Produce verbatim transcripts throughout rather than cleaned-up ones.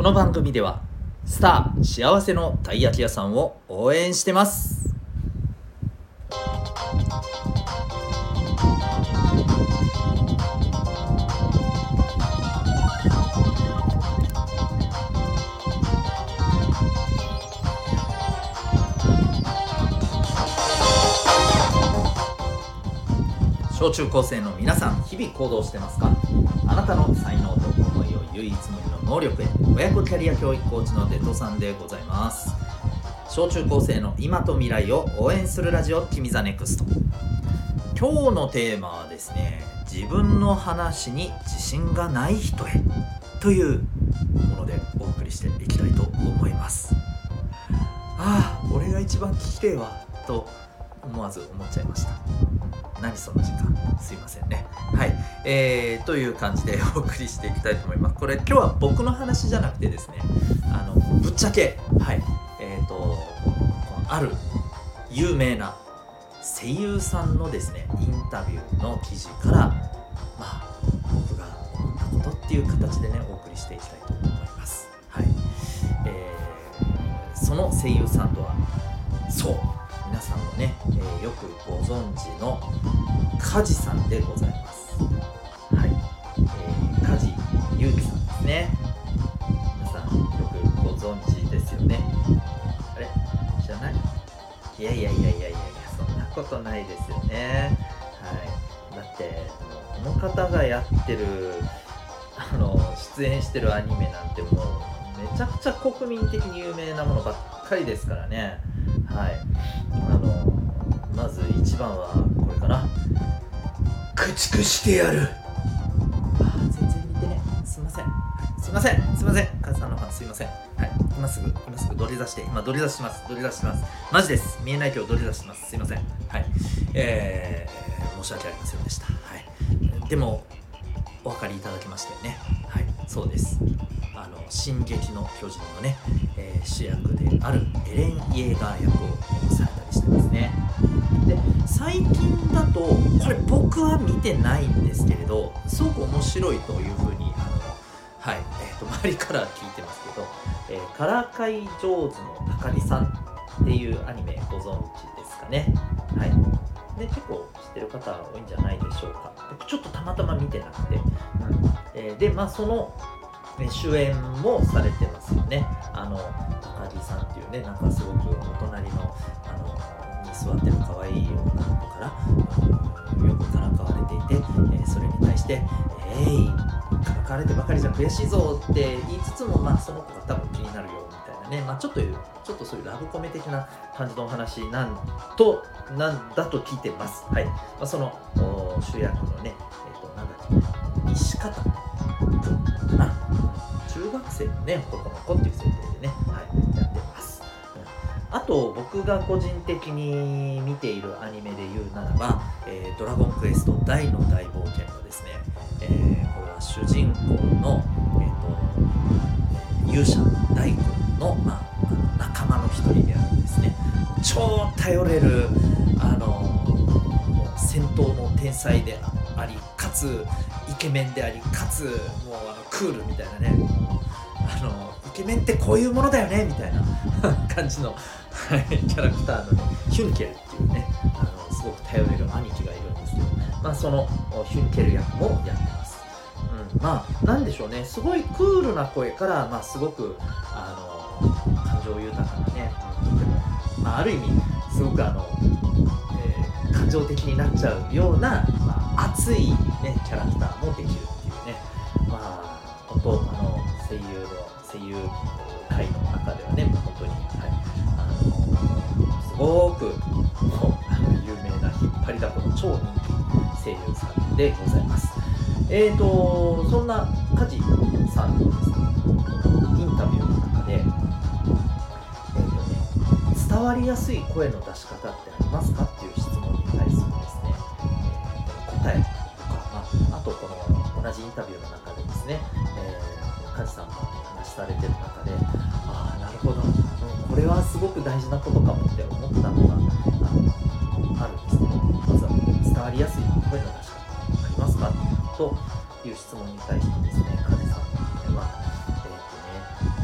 この番組ではスター幸せのたい焼き屋さんを応援してます。小中高生の皆さん、日々行動してますか？あなたの才能と思いを唯一無二の能力へ、親子キャリア教育コーチのデトさんでございます。小中高生の今と未来を応援するラジオ、君ザネクスト。今日のテーマはですね、自分の話に自信がない人へというものでお送りしていきたいと思います。ああ、俺が一番聞きてえわと思わず思っちゃいました。何その時間、すいませんね。はい、えー、という感じでお送りしていきたいと思います。これ今日は僕の話じゃなくてですね、あのぶっちゃけ、はい、えーとこのある有名な声優さんのですねインタビューの記事から、まあ僕が思ったことっていう形でねお送りしていきたいと思います。はい、えー、その声優さんとは、そう皆さんもね、えー、よくご存知の梶さんでございます。はい、えー、梶裕貴さんですね。皆さんよくご存知ですよね。あれ知らない？いやいやいやいやいやいや、そんなことないですよね。はい、だってこの方がやってるあの出演してるアニメなんてもうめちゃくちゃ国民的に有名なものばっかりですからね。はい、あのまず一番はこれかな。駆逐してやる。あ、全然似てね。すいません。すいません。すいません。カズさんのファンすいません。はい。今すぐ今すぐ土下座して、今土下座します。土下座します。マジです。見えないけど土下座します。すいません。はい。えー、申し訳ありませんでした。はい。でもお分かりいただけましたよね。はい。そうです。あの進撃の巨人のね、えー、主役であるエレン・イェーガー役をされたりしてますね。で最近だとこれ僕は見てないんですけれど、すごく面白いというふうにあの、はいえー、と周りから聞いてますけど、えー、からかい上手のあかりさんっていうアニメご存知ですかね。はい、で結構知ってる方多いんじゃないでしょうか。僕ちょっとたまたま見てなくて、うんえー、でまあその主演もされてますよね。あのあかりさんっていうね、なんかすごくお隣のあのに座ってる可愛い女の子から、うん、よくからかわれていて、えー、それに対して「えい、からかわれてばかりじゃ悔しいぞ」って言いつつも、まあその子が多分気になるよみたいなね、まあちょっとちょっとそういうラブコメ的な感じのお話なんとなんだと聞いてます。はい、まあ、その主役のね、えっ、ー、となんだっけ、西方君かな、中学生のね男の子っていう設定でね、はい、やってます。あと僕が個人的に見ているアニメで言うならば、えー、ドラゴンクエスト大の大冒険のですね、えー、これは主人公の、えー、と勇者大君の、まあ、仲間の一人であるんですね。超頼れるあのもう戦闘の天才であり、かつイケメンであり、かつもうあのクールみたいなね、あのイケメンってこういうものだよねみたいな感じのキャラクターのねヒュンケルっていうね、あのすごく頼れる兄貴がいるんですけど、まあそのヒュンケル役もやってます。うん、まあなんでしょうね、すごいクールな声から、まあすごくあの感情豊かなね、とても、まあ、ある意味すごくあの、えー、感情的になっちゃうような、まあ、熱い、ね、キャラクターもできるっていうね、まあ本当あの声優の声優界の中ではね、本当に、はい、あのすごくもうあの有名な引っ張りだこの超人気声優さんでございます。えーとそんな梶さんのですねインタビューの中で、えーとね、伝わりやすい声の出し方ってありますかっていう質問に対するですね、えー、答えとか、まあ、あとこの同じインタビューの中でですね、えー、梶さんが話されてる中で、ああなるほど、うん、これはすごく大事なことかもって思ったのが あ, のあるんですけど、まずは伝わりやすい声の出し方ありますかという質問に対してですね、梶さんは、えーとね、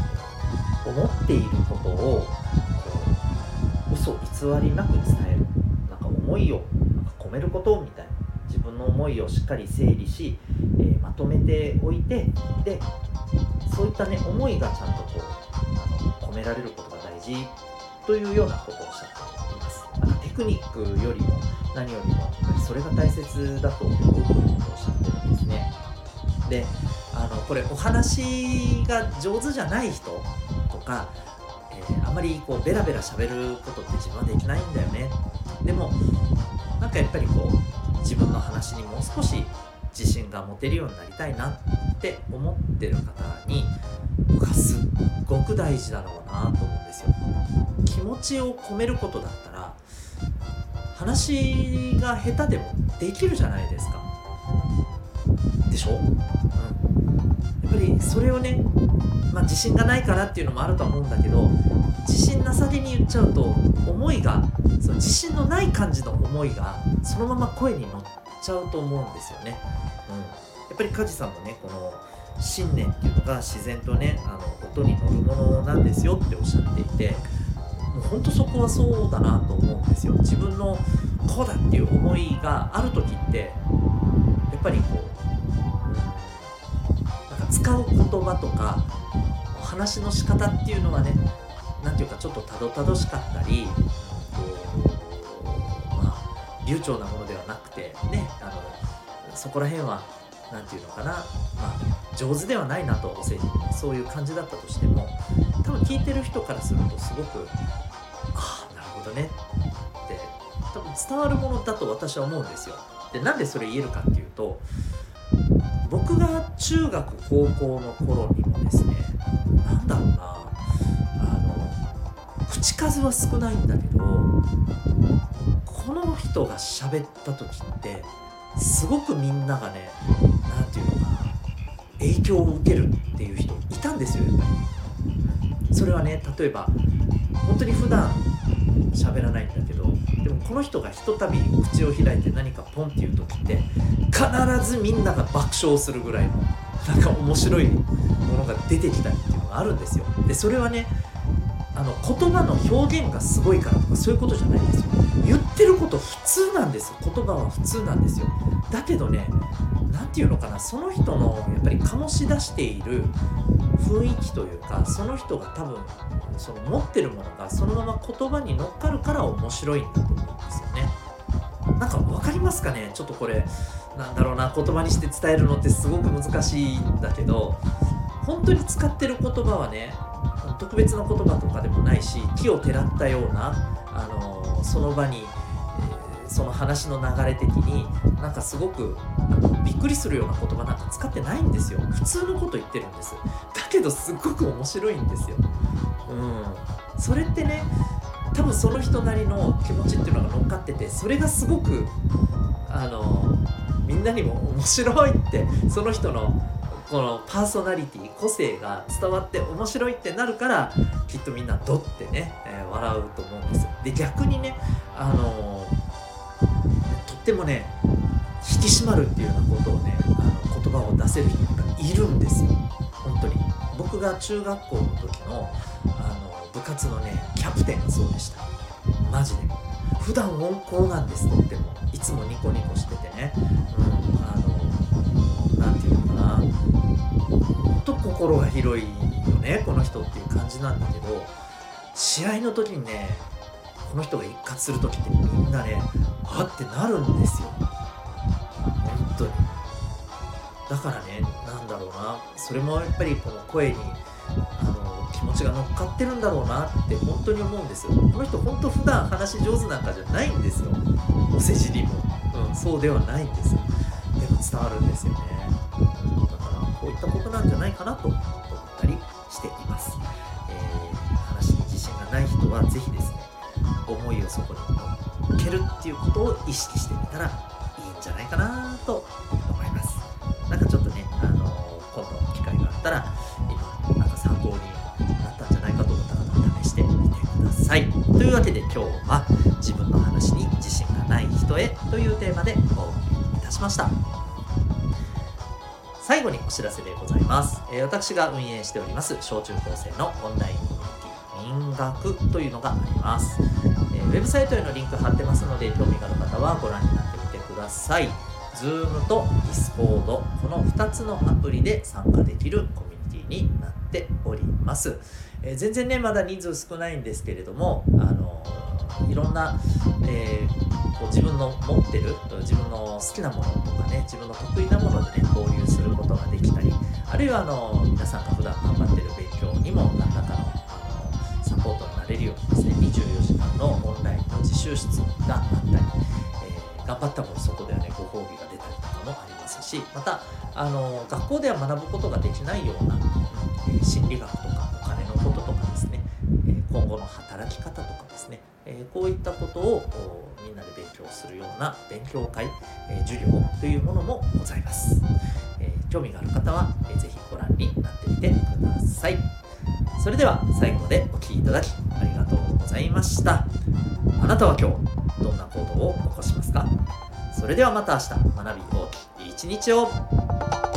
ていることをこう嘘偽りなく伝える、なんか思いをなんか込めることみたいな、自分の思いをしっかり整理し、えー、まとめておいて、でそういったね思いがちゃんとこうあの込められることが大事というようなことをおっしゃっています。なんかテクニックよりも何よりもやっぱりそれが大切だと思うということをおっしゃってるんですね。であのこれお話が上手じゃない人とか、えー、あまりこうベラベラ喋ることって自分はできないんだよね。でもなんかやっぱりこう自分の話にもう少し自信が持てるようになりたいなって思ってる方に僕はすっごく大事だろうなと思うんですよ。気持ちを込めることだったら話が下手でもできるじゃないですか。でしょ、うん、やっぱりそれをね、まあ、自信がないからっていうのもあるとは思うんだけど、自信なさげに言っちゃうと思いがその自信のない感じの思いがそのまま声に乗っちゃうと思うんですよね、うん、やっぱり梶さんもねこの信念っていうのが自然とねあの音に乗るものなんですよっておっしゃっていて、もうほんとそこはそうだなと思うんですよ。自分のこうだっていう思いがある時ってやっぱりこう使う言葉とか話の仕方っていうのはね、なんていうかちょっとたどたどしかったり、まあ流暢なものではなくてね、あのそこら辺はなんていうのかな、まあ上手ではないなと、お世辞そういう感じだったとしても、多分聞いてる人からするとすごくああなるほどねって多分伝わるものだと私は思うんですよ。でなんでそれ言えるかっていうと、僕が中学高校の頃にもですね、なんだろうな、あの口数は少ないんだけど、この人が喋った時ってすごくみんながね、なんていうのかな、影響を受けるっていう人いたんですよ、やっぱり。それはね、例えば本当に普段喋らないんだけど、でもこの人がひとたび口を開いて何かポンって言う時って必ずみんなが爆笑するぐらいのなんか面白いものが出てきたりっていうのがあるんですよ。でそれはね、あの言葉の表現がすごいからとかそういうことじゃないんですよ。言ってること普通なんですよ。言葉は普通なんですよ。だけどね、なんていうのかな、その人のやっぱり醸し出している雰囲気というか、その人が多分その持ってるものがそのまま言葉に乗っかるから面白いんだと思うんですよね。なんか分かりますかね。ちょっとこれなんだろうな、言葉にして伝えるのってすごく難しいんだけど、本当に使ってる言葉はね特別な言葉とかでもないし、木をてらったようなあのその場に、えー、その話の流れ的になんかすごくあのびっくりするような言葉なんか使ってないんですよ。普通のこと言ってるんです。だけどすっごく面白いんですよ。うん、それってね、多分その人なりの気持ちっていうのが乗っかってて、それがすごくあのみんなにも面白いって、その人のこのパーソナリティ、個性が伝わって面白いってなるから、きっとみんなドってね、えー、笑うと思うんですよ。で逆にね、あのー、とってもね引き締まるっていうようなことをね、あの言葉を出せる人がいるんですよ。本当に僕が中学校の時のあの部活のねキャプテンがそうでした。マジで普段温厚なんです。とってもいつもニコニコしててね、うん、あのなんていうのかな、ほんと心が広いよねこの人っていう感じなんだけど、試合の時にねこの人が一括する時ってみんなねあってなるんですよ。本当に。だからね、なんだろうな、それもやっぱりこの声にあの気持ちが乗っかってるんだろうなって本当に思うんですよ。この人本当普段話し上手なんかじゃないんですよ。お世辞にも、うん、そうではないんですよ。でも伝わるんですよね。うん、だからこういったことなんじゃないかなと思ったりしています。えー、話に自信がない人はぜひですね、思いをそこに乗っけるっていうことを意識してみたらいいんじゃないかなと思います。なんかちょっとね、あのー、今度機会があったら今なんか参考になったんじゃないかと思った方は試してみてください。というわけで今日は自分の話に自信がない人へというテーマでお送りいたしました。最後にお知らせでございます。えー、私が運営しております小中高生のオンラインコミュニティ民学というのがあります。えー、ウェブサイトへのリンク貼ってますので、興味がある方はご覧になってみてください。Zoom と Discord、このふたつのアプリで参加できるコミュニティになっております。えー、全然ねまだ人数少ないんですけれども、あのー、いろんな、えー、こう自分の持ってる自分の好きなものとかね、自分の得意なものでね交流することができたり、あるいはあの皆さんが普段頑張ってる勉強にも何らかの、あのサポートになれるようにですね、にじゅうよじかんのオンラインの自習室があったり、えー、頑張った分そこではねご褒美が出たりとかもありますし、またあの学校では学ぶことができないような、えー、心理学とかお金のこととかですね、えー、今後の働き方とかですね、えー、こういったことをみんなで勉強するような勉強会、えー、授業というものもございます。えー、興味がある方は、えー、ぜひご覧になってみてください。それでは最後までお聞きいただきありがとうございました。あなたは今日どんな行動を起こしますか？それではまた明日、学び大きい一日を。